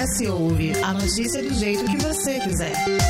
S Ouve, a notícia do jeito que você quiser.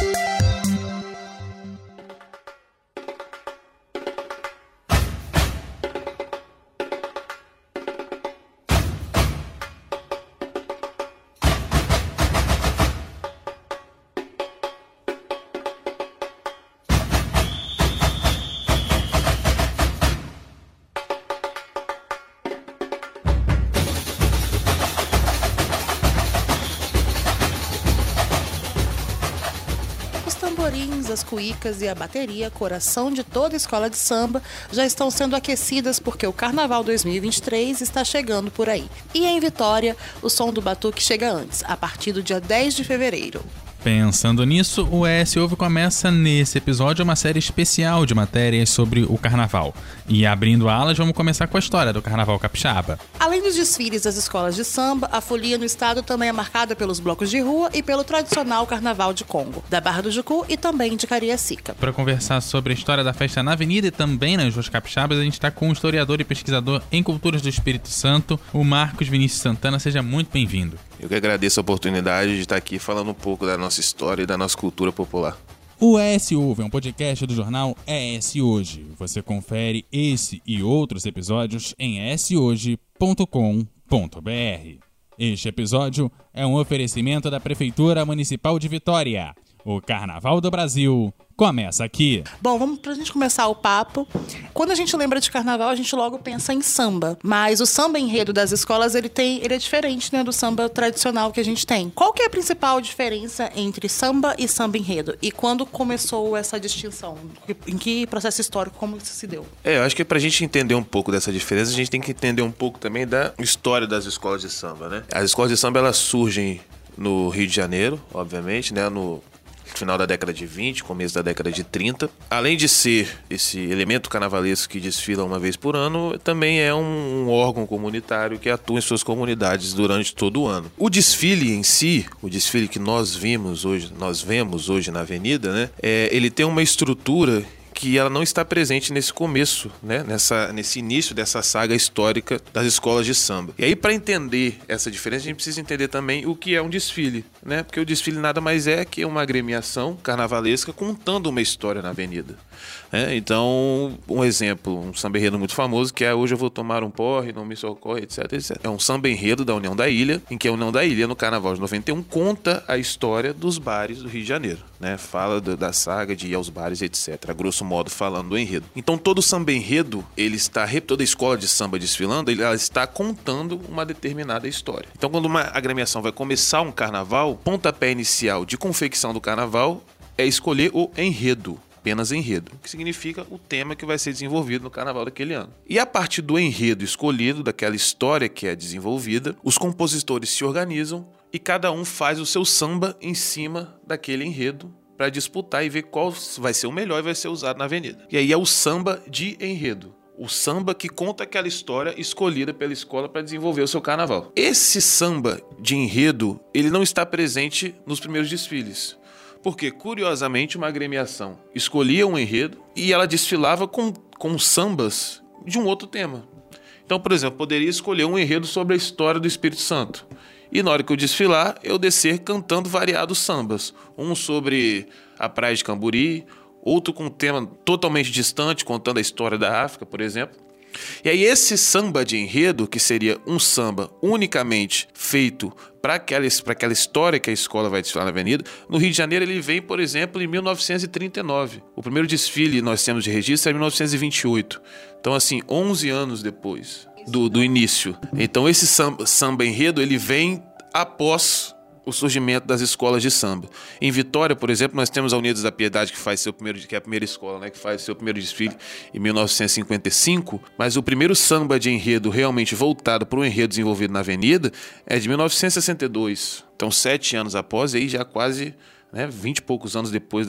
As cuícas e a bateria, coração de toda escola de samba, já estão sendo aquecidas porque o Carnaval 2023 está chegando por aí. E em Vitória, o som do batuque chega antes, a partir do dia 10 de fevereiro. Pensando nisso, o ES Ouve começa nesse episódio uma série especial de matérias sobre o Carnaval. E abrindo alas, vamos começar com a história do Carnaval Capixaba. Além dos desfiles das escolas de samba, a folia no estado também é marcada pelos blocos de rua e pelo tradicional Carnaval de Congo, da Barra do Jucu e também de Cariacica. Para conversar sobre a história da festa na Avenida e também nas ruas capixabas, a gente está com o historiador e pesquisador em culturas do Espírito Santo, o Marcos Vinícius Santana. Seja muito bem-vindo. Eu que agradeço a oportunidade de estar aqui falando um pouco da nossa história e da nossa cultura popular. O ES Ouve é um podcast do jornal ES Hoje. Você confere esse e outros episódios em eshoje.com.br. Este episódio é um oferecimento da Prefeitura Municipal de Vitória. O Carnaval do Brasil começa aqui. Bom, pra gente começar o papo, quando a gente lembra de carnaval, a gente logo pensa em samba. Mas o samba enredo das escolas, ele é diferente, né, do samba tradicional que a gente tem. Qual que é a principal diferença entre samba e samba enredo? E quando começou essa distinção? Em que processo histórico, como isso se deu? Eu acho que pra gente entender um pouco dessa diferença, a gente tem que entender um pouco também da história das escolas de samba, né? As escolas de samba, elas surgem no Rio de Janeiro, obviamente, né, no final da década de 20, começo da década de 30. Além de ser esse elemento carnavalesco que desfila uma vez por ano, também é um órgão comunitário que atua em suas comunidades durante todo o ano. O desfile em si, o desfile que nós vemos hoje na Avenida, né, ele tem uma estrutura que ela não está presente nesse começo, né? Nesse início dessa saga histórica das escolas de samba. E aí, para entender essa diferença, a gente precisa entender também o que é um desfile, né? Porque o desfile nada mais é que uma agremiação carnavalesca contando uma história na avenida. Então, um exemplo, um samba enredo muito famoso, que é Hoje Eu Vou Tomar um Porre, Não Me Socorre, etc, etc. É um samba enredo da União da Ilha, em que a União da Ilha, no Carnaval de 91, conta a história dos bares do Rio de Janeiro, né? Fala da saga de ir aos bares, etc. A grosso modo, falando do enredo. Então, todo samba enredo, toda escola de samba desfilando, ela está contando uma determinada história. Então, quando uma agremiação vai começar um carnaval, o pontapé inicial de confecção do carnaval é escolher o enredo. Apenas enredo, que significa o tema que vai ser desenvolvido no carnaval daquele ano. E a partir do enredo escolhido, daquela história que é desenvolvida, os compositores se organizam e cada um faz o seu samba em cima daquele enredo para disputar e ver qual vai ser o melhor e vai ser usado na avenida. E aí é o samba de enredo. O samba que conta aquela história escolhida pela escola para desenvolver o seu carnaval. Esse samba de enredo, ele não está presente nos primeiros desfiles. Porque, curiosamente, uma agremiação escolhia um enredo e ela desfilava com sambas de um outro tema. Então, por exemplo, poderia escolher um enredo sobre a história do Espírito Santo. E na hora que eu desfilar, eu descer cantando variados sambas. Um sobre a praia de Camburi, outro com um tema totalmente distante, contando a história da África, por exemplo. E aí esse samba de enredo, que seria um samba unicamente feito para aquela história que a escola vai desfilar na avenida, no Rio de Janeiro ele vem, por exemplo, em 1939. O primeiro desfile nós temos de registro é em 1928. Então, assim, 11 anos depois do início. Então, esse samba enredo, ele vem após o surgimento das escolas de samba. Em Vitória, por exemplo, nós temos a Unidos da Piedade, que é a primeira escola, né, que faz seu primeiro desfile em 1955, mas o primeiro samba de enredo realmente voltado para o enredo desenvolvido na avenida é de 1962. Então, 7 anos após, aí já quase 20 e poucos anos depois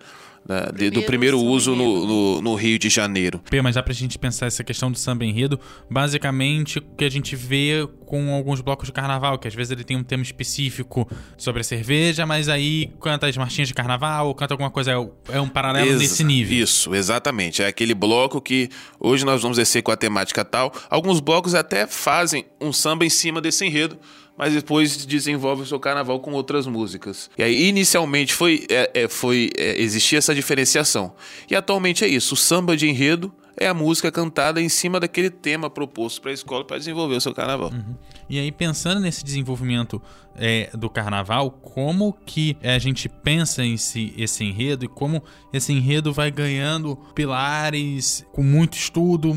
do primeiro uso no Rio de Janeiro. Mas dá pra gente pensar essa questão do samba enredo, basicamente o que a gente vê com alguns blocos de carnaval, que às vezes ele tem um tema específico sobre a cerveja, mas aí canta as marchinhas de carnaval, canta alguma coisa, é um paralelo nesse nível. Isso, exatamente. É aquele bloco que hoje nós vamos descer com a temática tal. Alguns blocos até fazem um samba em cima desse enredo, mas depois desenvolve o seu carnaval com outras músicas. E aí, inicialmente, existia essa diferenciação. E atualmente é isso, o samba de enredo é a música cantada em cima daquele tema proposto para a escola para desenvolver o seu carnaval. E aí, pensando nesse desenvolvimento do carnaval, como que a gente pensa em esse enredo e como esse enredo vai ganhando pilares com muito estudo,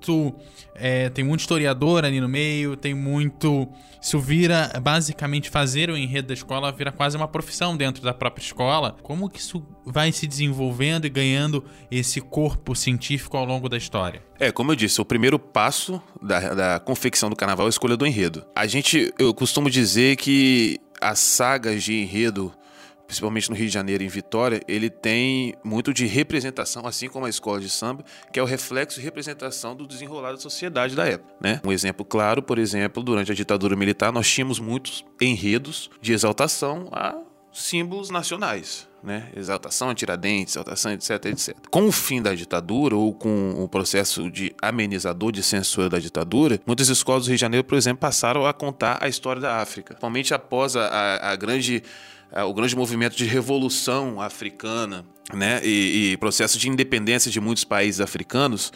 tem muito historiador ali no meio, isso vira, basicamente, fazer o enredo da escola vira quase uma profissão dentro da própria escola. Como que isso vai se desenvolvendo e ganhando esse corpo científico ao longo da história? Como eu disse, o primeiro passo da confecção do carnaval é a escolha do enredo. Eu costumo dizer que as sagas de enredo, principalmente no Rio de Janeiro e em Vitória, ele tem muito de representação, assim como a escola de samba, que é o reflexo e representação do desenrolar da sociedade da época, né? Um exemplo claro, por exemplo, durante a ditadura militar, nós tínhamos muitos enredos de exaltação a símbolos nacionais, né? Exaltação a Tiradentes, exaltação, etc, etc. Com o fim da ditadura, ou com o processo de amenizador de censura da ditadura, muitas escolas do Rio de Janeiro, por exemplo, passaram a contar a história da África. Principalmente após o grande movimento de revolução africana, né, e processo de independência de muitos países africanos,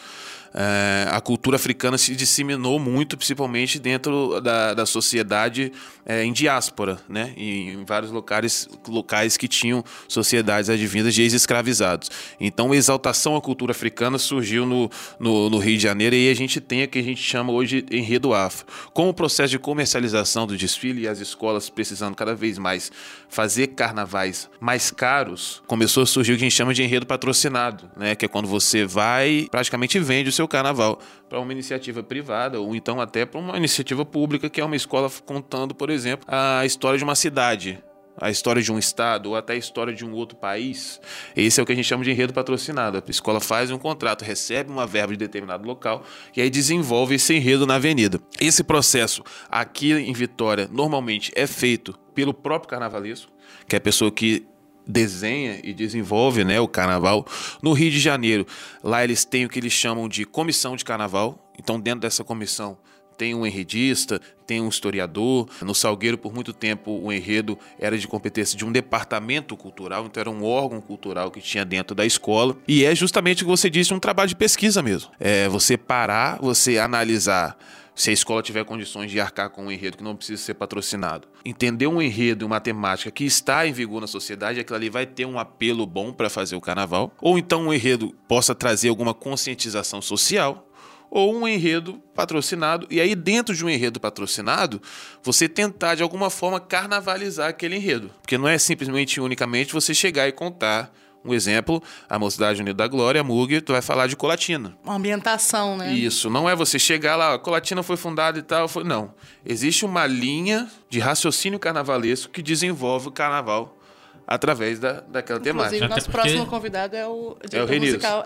a cultura africana se disseminou muito, principalmente dentro da sociedade em diáspora, né, em vários locais que tinham sociedades advindas de ex-escravizados. Então, a exaltação à cultura africana surgiu no Rio de Janeiro, e aí a gente tem o que a gente chama hoje de enredo afro. Com o processo de comercialização do desfile e as escolas precisando cada vez mais fazer carnavais mais caros, começou a surgir o que a gente chama de enredo patrocinado, né, que é quando você praticamente vende o seu carnaval para uma iniciativa privada ou então até para uma iniciativa pública, que é uma escola contando, por exemplo, a história de uma cidade, a história de um estado ou até a história de um outro país. Esse é o que a gente chama de enredo patrocinado. A escola faz um contrato, recebe uma verba de determinado local e aí desenvolve esse enredo na avenida. Esse processo aqui em Vitória normalmente é feito pelo próprio carnavalesco, que é a pessoa que desenha e desenvolve, né, o carnaval. No Rio de Janeiro, lá eles têm o que eles chamam de comissão de carnaval. Então, dentro dessa comissão tem um enredista, tem um historiador. No Salgueiro, por muito tempo, o enredo era de competência de um departamento cultural, então era um órgão cultural que tinha dentro da escola. E é justamente o que você disse, um trabalho de pesquisa mesmo. Você parar, você analisar se a escola tiver condições de arcar com um enredo que não precisa ser patrocinado. Entender um enredo e uma temática que está em vigor na sociedade, aquilo ali vai ter um apelo bom para fazer o carnaval. Ou então um enredo possa trazer alguma conscientização social, ou um enredo patrocinado. E aí, dentro de um enredo patrocinado, você tentar, de alguma forma, carnavalizar aquele enredo. Porque não é simplesmente, unicamente, você chegar e contar. Um exemplo, a Mocidade Unida da Glória, a MUG, tu vai falar de Colatina. Uma ambientação, né? Isso, não é você chegar lá, Colatina foi fundada e tal, não. Existe uma linha de raciocínio carnavalesco que desenvolve o carnaval através daquela temática. Inclusive, nosso próximo convidado é o diretor musical.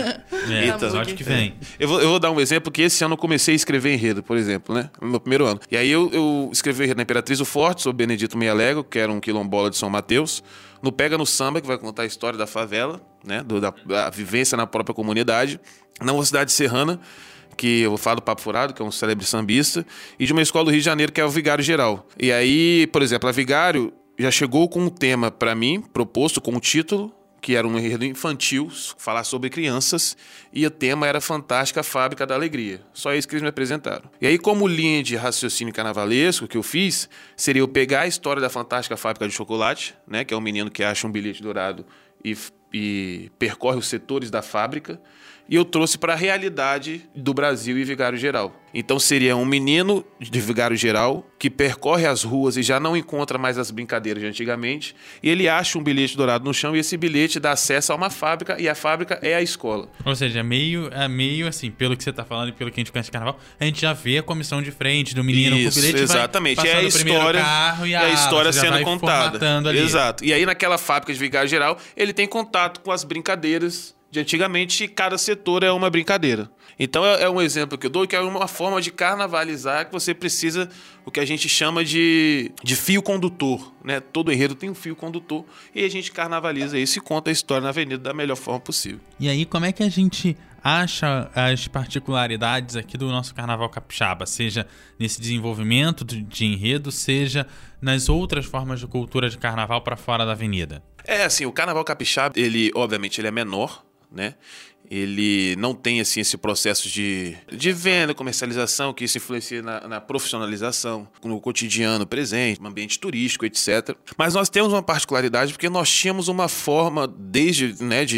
Então, acho que vem. Eu vou dar um exemplo que esse ano eu comecei a escrever enredo, por exemplo, né? No meu primeiro ano. E aí eu escrevi enredo na Imperatriz do Forte, sobre Benedito Meia Légua, que era um quilombola de São Mateus. No Pega no Samba, que vai contar a história da favela, né? Da vivência na própria comunidade. Na Mocidade Serrana, que eu vou falar do Papo Furado, que é um célebre sambista. E de uma escola do Rio de Janeiro, que é o Vigário Geral. E aí, por exemplo, a Vigário já chegou com um tema para mim, proposto com um título, que era um enredo infantil, falar sobre crianças, e o tema era Fantástica Fábrica da Alegria. Só isso que eles me apresentaram. E aí, como linha de raciocínio carnavalesco que eu fiz, seria eu pegar a história da Fantástica Fábrica de Chocolate, né, que é um menino que acha um bilhete dourado e percorre os setores da fábrica, e eu trouxe para a realidade do Brasil e Vigário Geral. Então seria um menino de Vigário Geral que percorre as ruas e já não encontra mais as brincadeiras de antigamente, e ele acha um bilhete dourado no chão, e esse bilhete dá acesso a uma fábrica, e a fábrica é a escola. Ou seja, é meio assim, pelo que você tá falando e pelo que a gente conhece de carnaval, a gente já vê a comissão de frente do menino com o bilhete. Exatamente, é a história, carro e a história sendo contada. Ali. Exato. E aí naquela fábrica de Vigário Geral, ele tem contato com as brincadeiras de antigamente, e cada setor é uma brincadeira. Então é um exemplo que eu dou, que é uma forma de carnavalizar, que você precisa, o que a gente chama de fio condutor, né? Todo enredo tem um fio condutor, e a gente carnavaliza isso e conta a história na avenida da melhor forma possível. E aí, como é que a gente acha as particularidades aqui do nosso carnaval capixaba, seja nesse desenvolvimento de enredo, seja nas outras formas de cultura de carnaval para fora da avenida? Assim, o carnaval capixaba, obviamente, ele é menor, né? Ele não tem assim, esse processo de venda, comercialização, que isso influencia na profissionalização, no cotidiano presente, no ambiente turístico, etc. Mas nós temos uma particularidade porque nós tínhamos uma forma, desde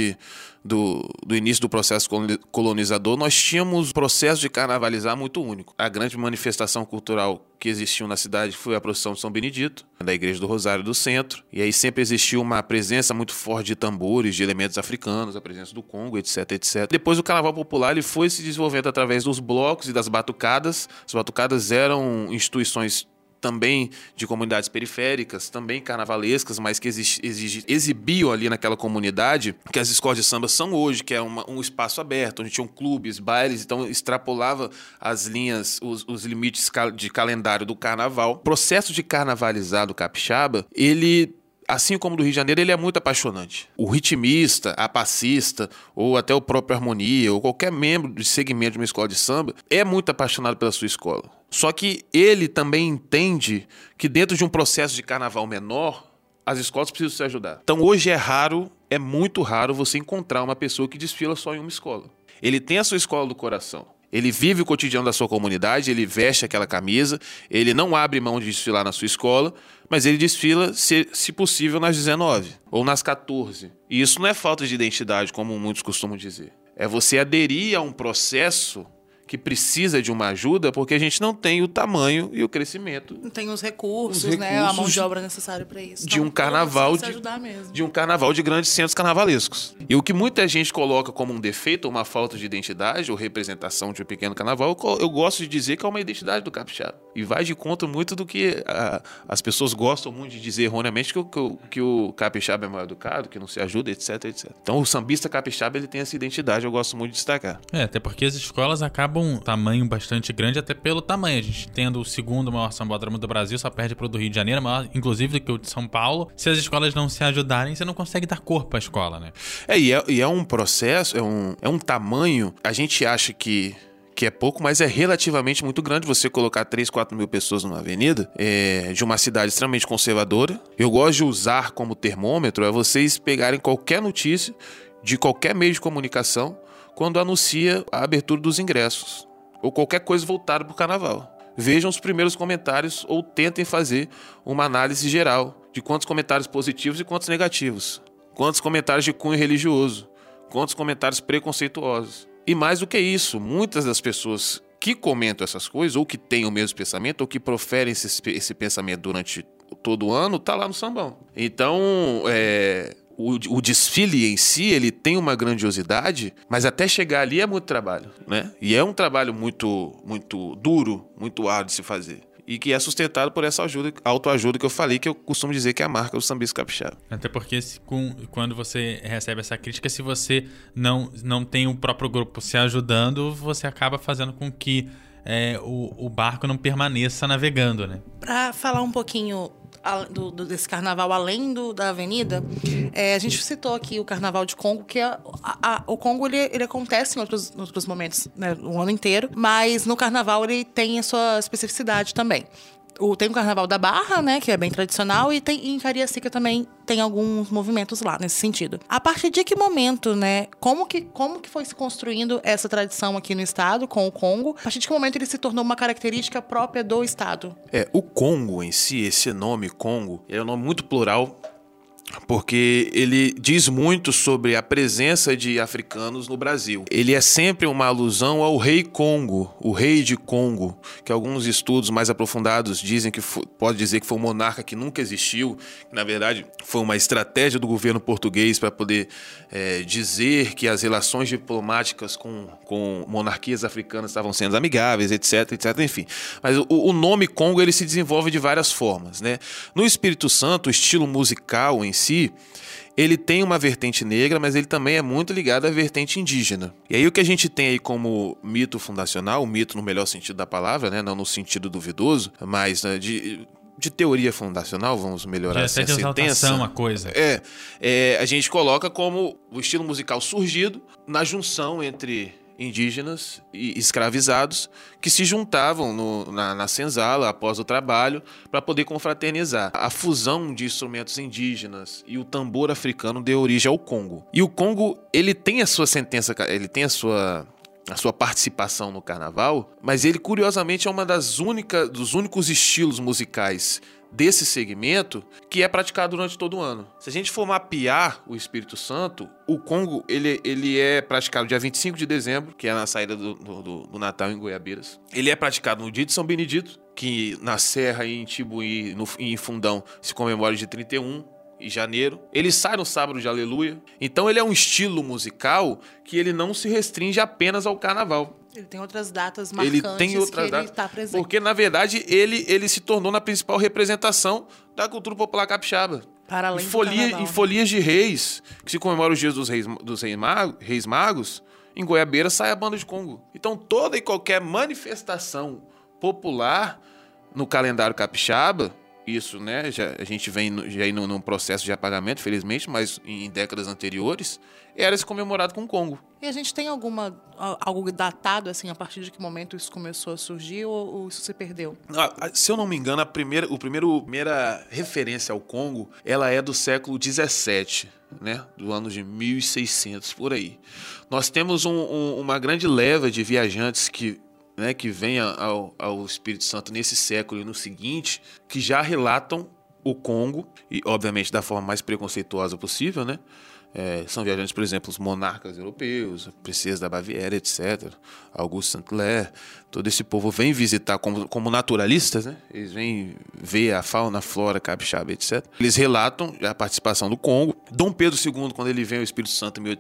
do início do processo colonizador, nós tínhamos um processo de carnavalizar muito único. A grande manifestação cultural que existiu na cidade foi a procissão de São Benedito, da Igreja do Rosário do Centro, e aí sempre existiu uma presença muito forte de tambores, de elementos africanos, a presença do Congo, etc, etc. Depois o carnaval popular ele foi se desenvolvendo através dos blocos e das batucadas. As batucadas eram instituições também de comunidades periféricas, também carnavalescas, mas que exibiam ali naquela comunidade, que as escolas de samba são hoje, que é um espaço aberto, onde tinham clubes, bailes, então extrapolava as linhas, os limites de calendário do carnaval. O processo de carnavalizar do capixaba, ele, assim como do Rio de Janeiro, ele é muito apaixonante. O ritmista, a passista, ou até o próprio harmonia, ou qualquer membro de segmento de uma escola de samba, é muito apaixonado pela sua escola. Só que ele também entende que dentro de um processo de carnaval menor, as escolas precisam se ajudar. Então hoje é muito raro você encontrar uma pessoa que desfila só em uma escola. Ele tem a sua escola do coração. Ele vive o cotidiano da sua comunidade, ele veste aquela camisa, ele não abre mão de desfilar na sua escola, mas ele desfila, se possível, nas 19 ou nas 14. E isso não é falta de identidade, como muitos costumam dizer. É você aderir a um processo que precisa de uma ajuda porque a gente não tem o tamanho e o crescimento. Não tem os recursos, né? A mão de obra necessária para isso. De um carnaval de um carnaval de grandes centros carnavalescos. E o que muita gente coloca como um defeito, uma falta de identidade ou representação de um pequeno carnaval, eu gosto de dizer que é uma identidade do capixaba. E vai de conta muito do que as pessoas gostam muito de dizer erroneamente, que o capixaba é mal educado, que não se ajuda, etc, etc. Então o sambista capixaba ele tem essa identidade, eu gosto muito de destacar. Até porque as escolas acabam um tamanho bastante grande, até pelo tamanho. A gente tendo o segundo maior sambódromo do Brasil, só perde pro do Rio de Janeiro, maior inclusive do que o de São Paulo. Se as escolas não se ajudarem, você não consegue dar corpo à escola, né? E é um processo, é um tamanho, a gente acha que é pouco, mas é relativamente muito grande você colocar 3, 4 mil pessoas numa avenida de uma cidade extremamente conservadora. Eu gosto de usar como termômetro vocês pegarem qualquer notícia de qualquer meio de comunicação quando anuncia a abertura dos ingressos ou qualquer coisa voltada para o carnaval. Vejam os primeiros comentários ou tentem fazer uma análise geral de quantos comentários positivos e quantos negativos, quantos comentários de cunho religioso, quantos comentários preconceituosos. E mais do que isso, muitas das pessoas que comentam essas coisas, ou que têm o mesmo pensamento, ou que proferem esse pensamento durante todo o ano, tá lá no sambão. Então, o desfile em si, ele tem uma grandiosidade, mas até chegar ali é muito trabalho, né? E é um trabalho muito, muito duro, muito árduo de se fazer. E que é sustentado por essa autoajuda que eu falei, que eu costumo dizer que é a marca do sambista capixaba. Até porque quando você recebe essa crítica, se você não tem o próprio grupo se ajudando, você acaba fazendo com que o barco não permaneça navegando, né? Para falar um pouquinho desse carnaval além da avenida, a gente citou aqui o carnaval de Congo, que o Congo ele acontece em outros momentos, né, o ano inteiro, mas no carnaval ele tem a sua especificidade também. Tem o Carnaval da Barra, né, que é bem tradicional, e em Cariacica também tem alguns movimentos lá nesse sentido. A partir de que momento, né, como que foi se construindo essa tradição aqui no estado com o Congo? A partir de que momento ele se tornou uma característica própria do estado? O Congo em si, esse nome Congo, é um nome muito plural, porque ele diz muito sobre a presença de africanos no Brasil. Ele é sempre uma alusão ao rei Congo, o rei de Congo, que alguns estudos mais aprofundados dizem que pode dizer que foi um monarca que nunca existiu, que na verdade foi uma estratégia do governo português para poder dizer que as relações diplomáticas com monarquias africanas estavam sendo amigáveis, etc, etc, enfim. Mas o nome Congo ele se desenvolve de várias formas, né? No Espírito Santo, o estilo musical em si, ele tem uma vertente negra, mas ele também é muito ligado à vertente indígena. E aí o que a gente tem aí como mito fundacional, o mito no melhor sentido da palavra, né, não no sentido duvidoso, mas de teoria fundacional, vamos melhorar até assim, de a sentença. exaltação a coisa. A gente coloca como o estilo musical surgido na junção entre indígenas e escravizados que se juntavam na senzala após o trabalho para poder confraternizar. A fusão de instrumentos indígenas e o tambor africano deu origem ao Congo. E o Congo, ele tem a sua sentença, ele tem a sua participação no carnaval, mas ele curiosamente é dos únicos estilos musicais desse segmento que é praticado durante todo o ano. Se a gente for mapear o Espírito Santo, o Congo ele é praticado dia 25 de dezembro, que é na saída do Natal em Goiabeiras. Ele é praticado no dia de São Benedito, que na Serra e em Tibuí e em Fundão se comemora de 31 de janeiro. Ele sai no sábado de Aleluia. Então ele é um estilo musical que ele não se restringe apenas ao carnaval. Ele tem outras datas marcantes que ele está presente. Porque, na verdade, ele se tornou na principal representação da cultura popular capixaba. Para além do carnaval. Em folias de reis, que se comemora os dias dos reis magos, em Goiabeira sai a banda de Congo. Então, toda e qualquer manifestação popular no calendário capixaba, isso, né, a gente vem já aí num processo de apagamento, felizmente, mas em décadas anteriores, era se comemorado com o Congo. E a gente tem algo datado, assim, a partir de que momento isso começou a surgir ou isso se perdeu? Se eu não me engano, a primeira referência ao Congo, ela é do século XVII, né, do ano de 1600, por aí. Nós temos uma grande leva de viajantes que vem ao Espírito Santo nesse século e no seguinte, que já relatam o Congo, e obviamente da forma mais preconceituosa possível, né? São viajantes, por exemplo, os monarcas europeus, a princesa da Baviera, etc. Auguste Saint-Hilaire, todo esse povo vem visitar como naturalistas, né? Eles vêm ver a fauna, a flora capixaba, etc. Eles relatam a participação do Congo. Dom Pedro II, quando ele vem ao Espírito Santo em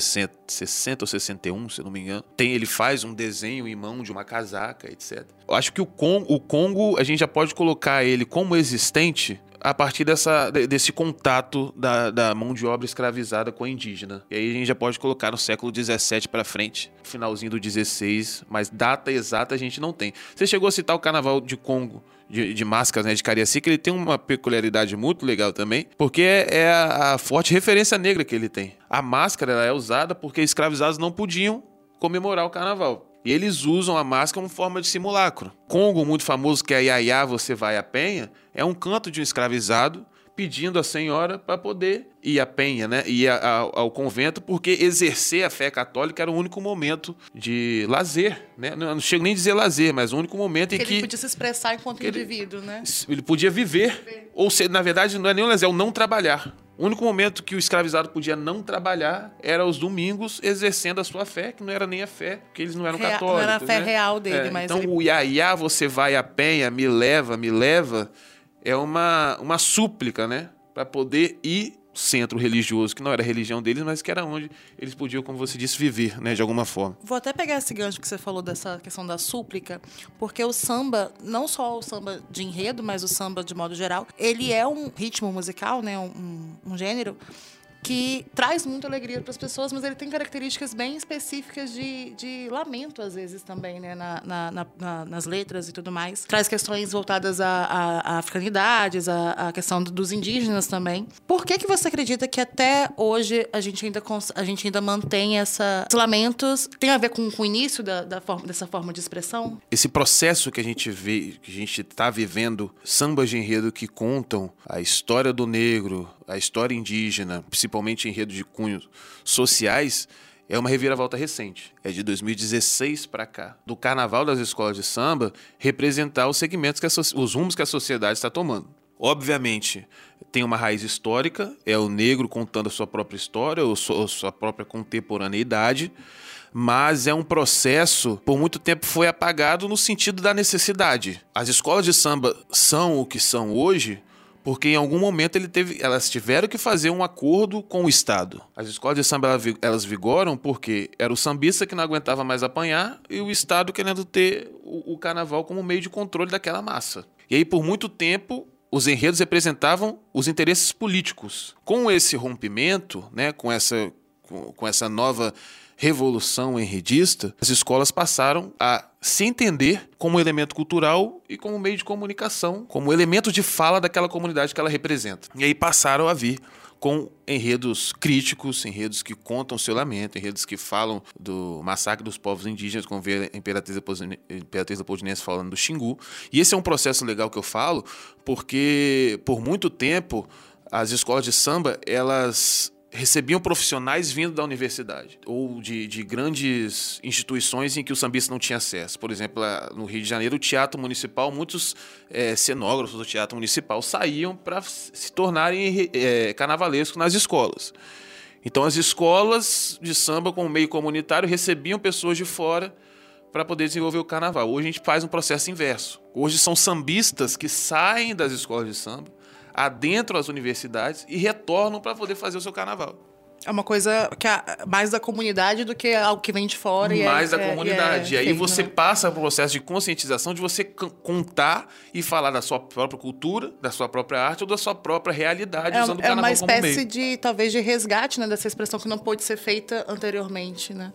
1860 ou 61, se eu não me engano, ele faz um desenho em mão de uma casaca, etc. Eu acho que o Congo, a gente já pode colocar ele como existente a partir desse contato da mão de obra escravizada com a indígena. E aí a gente já pode colocar no século XVII para frente, finalzinho do XVI, mas data exata a gente não tem. Você chegou a citar o Carnaval de Congo, de máscaras, né, de Cariacica, ele tem uma peculiaridade muito legal também, porque é a forte referência negra que ele tem. A máscara ela é usada porque escravizados não podiam comemorar o Carnaval. E eles usam a máscara como forma de simulacro. Congo, muito famoso, que é Iaiá, você vai à penha, é um canto de um escravizado pedindo à senhora para poder ir à penha, né? Ir ao convento, porque exercer a fé católica era o único momento de lazer, né? Não chego nem a dizer lazer, mas o único momento em que ele podia se expressar enquanto indivíduo, né? Ele podia viver. Ou seja, na verdade, não é nem o lazer, é o não trabalhar. O único momento que o escravizado podia não trabalhar era os domingos, exercendo a sua fé, que não era nem a fé, porque eles não eram católicos. Não era a fé real dele, mas então o Iaiá, você vai à penha, me leva, é uma súplica, né? Para poder ir centro religioso, que não era a religião deles, mas que era onde eles podiam, como você disse, viver, né, de alguma forma. Vou até pegar esse gancho que você falou dessa questão da súplica, porque o samba, não só o samba de enredo, mas o samba de modo geral, ele é um ritmo musical, né, um gênero que traz muita alegria para as pessoas, mas ele tem características bem específicas de lamento, às vezes, também, né? Nas letras e tudo mais. Traz questões voltadas à africanidades, à questão dos indígenas também. Por que você acredita que até hoje a gente ainda mantém esses lamentos? Tem a ver com o início dessa forma de expressão? Esse processo que a gente vê, que a gente está vivendo, sambas de enredo que contam a história do negro, a história indígena, principalmente enredo de cunhos sociais, é uma reviravolta recente. É de 2016 para cá. Do carnaval das escolas de samba representar os segmentos, os rumos que a sociedade está tomando. Obviamente, tem uma raiz histórica, é o negro contando a sua própria história, ou sua própria contemporaneidade, mas é um processo, por muito tempo foi apagado no sentido da necessidade. As escolas de samba são o que são hoje porque em algum momento elas tiveram que fazer um acordo com o Estado. As escolas de samba elas vigoram porque era o sambista que não aguentava mais apanhar e o Estado querendo ter o carnaval como meio de controle daquela massa. E aí, por muito tempo, os enredos representavam os interesses políticos. Com esse rompimento, né, com essa nova revolução enredista, as escolas passaram a se entender como elemento cultural e como meio de comunicação, como elemento de fala daquela comunidade que ela representa. E aí passaram a vir com enredos críticos, enredos que contam o seu lamento, enredos que falam do massacre dos povos indígenas, como vê a Imperatriz Leopoldinense falando do Xingu. E esse é um processo legal que eu falo, porque por muito tempo as escolas de samba, elas recebiam profissionais vindo da universidade ou de grandes instituições em que o sambista não tinha acesso. Por exemplo, no Rio de Janeiro, o Teatro Municipal, muitos cenógrafos do Teatro Municipal saíam para se tornarem carnavalescos nas escolas. Então, as escolas de samba, como meio comunitário, recebiam pessoas de fora para poder desenvolver o carnaval. Hoje a gente faz um processo inverso. Hoje são sambistas que saem das escolas de samba, adentram as universidades e retornam para poder fazer o seu carnaval. É uma coisa que é mais da comunidade do que algo que vem de fora. Mais da comunidade. E aí você passa para o processo de conscientização de você contar e falar da sua própria cultura, da sua própria arte ou da sua própria realidade usando o carnaval como meio. É uma espécie de, talvez, de resgate, né, dessa expressão que não pôde ser feita anteriormente, né?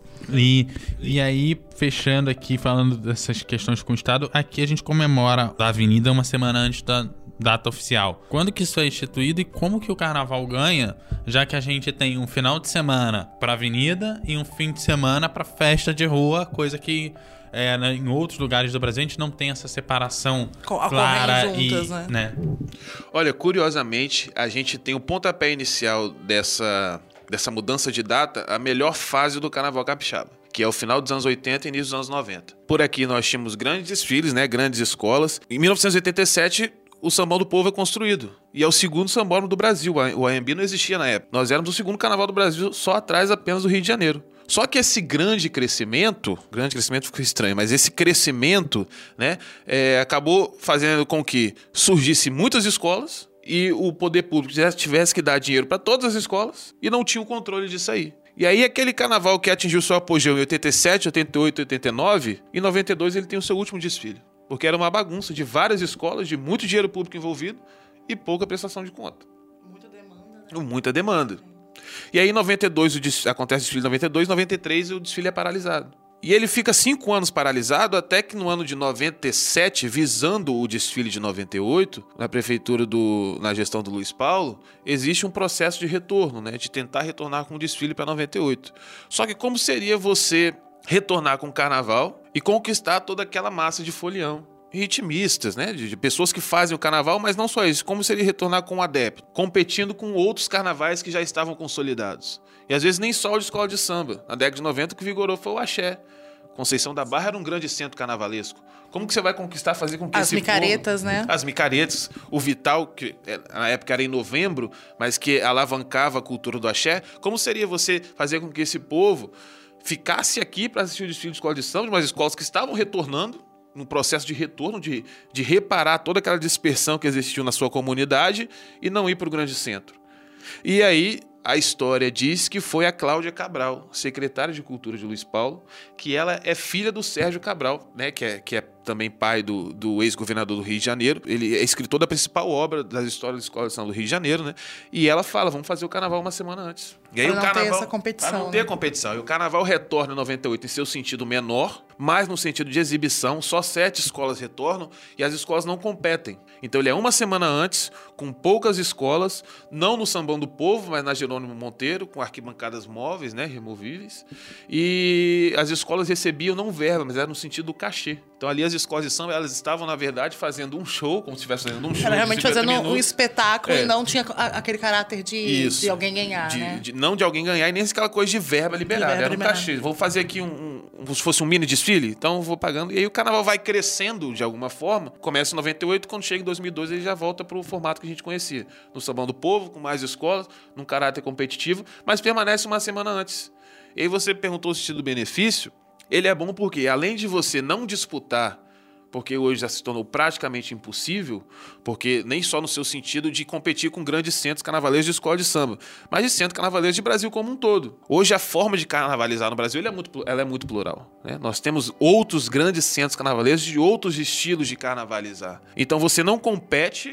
E aí, fechando aqui, falando dessas questões com o Estado, aqui a gente comemora a Avenida uma semana antes da data oficial. Quando que isso é instituído e como que o carnaval ganha, já que a gente tem um final de semana para avenida e um fim de semana para festa de rua, coisa que em outros lugares do Brasil a gente não tem essa separação clara juntas, e, né? Olha, curiosamente, a gente tem o pontapé inicial dessa mudança de data, a melhor fase do carnaval capixaba, que é o final dos anos 80 e início dos anos 90. Por aqui nós tínhamos grandes desfiles, né, grandes escolas. Em 1987, o Sambão do Povo é construído. E é o segundo sambódromo do Brasil. O AMB não existia na época. Nós éramos o segundo carnaval do Brasil, só atrás apenas do Rio de Janeiro. Só que esse grande crescimento ficou estranho, mas esse crescimento, né, acabou fazendo com que surgisse muitas escolas e o poder público já tivesse que dar dinheiro para todas as escolas e não tinha o controle disso aí. E aí aquele carnaval que atingiu seu apogeu em 87, 88, 89, em 92 ele tem o seu último desfile. Porque era uma bagunça de várias escolas, de muito dinheiro público envolvido e pouca prestação de conta. Muita demanda, né? Muita demanda. E aí em 92 acontece o desfile em 92, em 93 o desfile é paralisado. E ele fica 5 anos paralisado até que no ano de 97, visando o desfile de 98, na prefeitura na gestão do Luiz Paulo, existe um processo de retorno, né, de tentar retornar com o desfile para 98. Só que como seria você retornar com o carnaval e conquistar toda aquela massa de folião, ritmistas, né, de pessoas que fazem o carnaval, mas não só isso, como seria retornar com um adepto, competindo com outros carnavais que já estavam consolidados. E às vezes nem só o de escola de samba. Na década de 90 o que vigorou foi o axé. Conceição da Barra era um grande centro carnavalesco. Como que você vai conquistar, fazer com que as micaretas, né? As micaretas, o Vital, que na época era em novembro, mas que alavancava a cultura do axé. Como seria você fazer com que esse povo ficasse aqui para assistir o desfile de escola de samba, de umas escolas que estavam retornando, num processo de retorno, de reparar toda aquela dispersão que existiu na sua comunidade e não ir para o grande centro. E aí a história diz que foi a Cláudia Cabral, secretária de Cultura de Luiz Paulo, que ela é filha do Sérgio Cabral, né, que é também pai do ex-governador do Rio de Janeiro. Ele é escritor da principal obra das histórias da Escola de Samba do Rio de Janeiro, né? E ela fala, vamos fazer o carnaval uma semana antes. E aí pra não ter essa competição. Para não ter competição. E o carnaval retorna em 98 em seu sentido menor, mas no sentido de exibição. Só 7 escolas retornam e as escolas não competem. Então ele é uma semana antes, com poucas escolas, não no Sambão do Povo, mas na Jerônimo Monteiro, com arquibancadas móveis, né, removíveis. E as escolas recebiam não verba, mas era no sentido do cachê. Então ali as escolas de samba, elas estavam, na verdade, fazendo um show, como se estivesse fazendo um show. Era realmente fazendo um espetáculo e não tinha aquele caráter de alguém ganhar, né? Não de alguém ganhar e nem aquela coisa de verba liberada. Era um cachê. Vou fazer aqui como se fosse um mini desfile, então eu vou pagando. E aí o carnaval vai crescendo de alguma forma. Começa em 98, quando chega em 2002 ele já volta para o formato que a gente conhecia. No Sambão do Povo, com mais escolas, num caráter competitivo, mas permanece uma semana antes. E aí você perguntou o sentido do benefício. Ele é bom porque, além de você não disputar, porque hoje já se tornou praticamente impossível, porque nem só no seu sentido de competir com grandes centros carnavaleiros de escola de samba, mas de centros carnavaleiros de Brasil como um todo. Hoje a forma de carnavalizar no Brasil ela é muito plural, né? Nós temos outros grandes centros carnavaleiros de outros estilos de carnavalizar. Então você não compete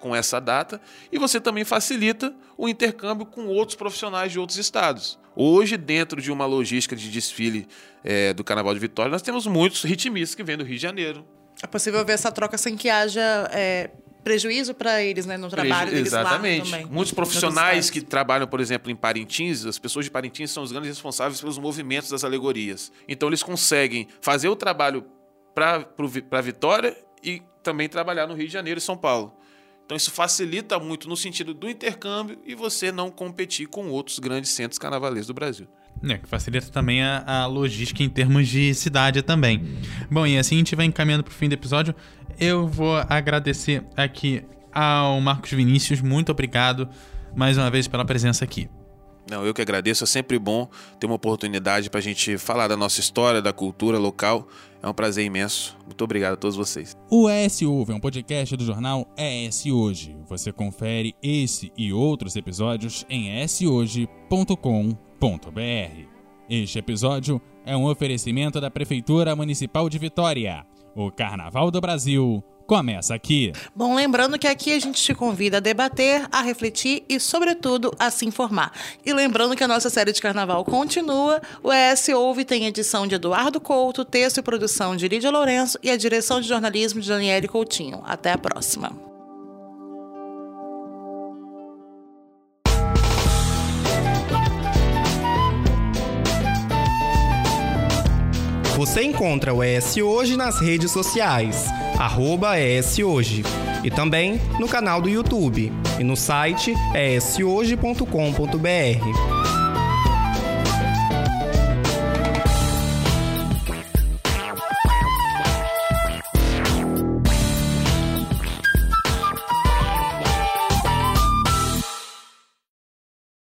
com essa data, e você também facilita o intercâmbio com outros profissionais de outros estados. Hoje, dentro de uma logística de desfile do Carnaval de Vitória, nós temos muitos ritmistas que vêm do Rio de Janeiro. É possível ver essa troca sem que haja prejuízo para eles, né, no trabalho deles. Exatamente. Lá também. Muitos profissionais que trabalham, por exemplo, em Parintins, as pessoas de Parintins são os grandes responsáveis pelos movimentos das alegorias. Então, eles conseguem fazer o trabalho para Vitória e também trabalhar no Rio de Janeiro e São Paulo. Então isso facilita muito no sentido do intercâmbio e você não competir com outros grandes centros carnavalescos do Brasil. Que facilita também a logística em termos de cidade também. Bom, e assim a gente vai encaminhando para o fim do episódio. Eu vou agradecer aqui ao Marcos Vinícius. Muito obrigado mais uma vez pela presença aqui. Não, eu que agradeço. É sempre bom ter uma oportunidade para a gente falar da nossa história, da cultura local. É um prazer imenso. Muito obrigado a todos vocês. O ES Ouve é um podcast do jornal ES Hoje. Você confere esse e outros episódios em eshoje.com.br. Este episódio é um oferecimento da Prefeitura Municipal de Vitória. O Carnaval do Brasil começa aqui. Bom, lembrando que aqui a gente te convida a debater, a refletir e, sobretudo, a se informar. E lembrando que a nossa série de carnaval continua. O ES Ouve tem edição de Eduardo Couto, texto e produção de Lídia Lourenço e a direção de jornalismo de Daniele Coutinho. Até a próxima. Você encontra o ES Hoje nas redes sociais, @ES Hoje, e também no canal do YouTube e no site eshoje.com.br.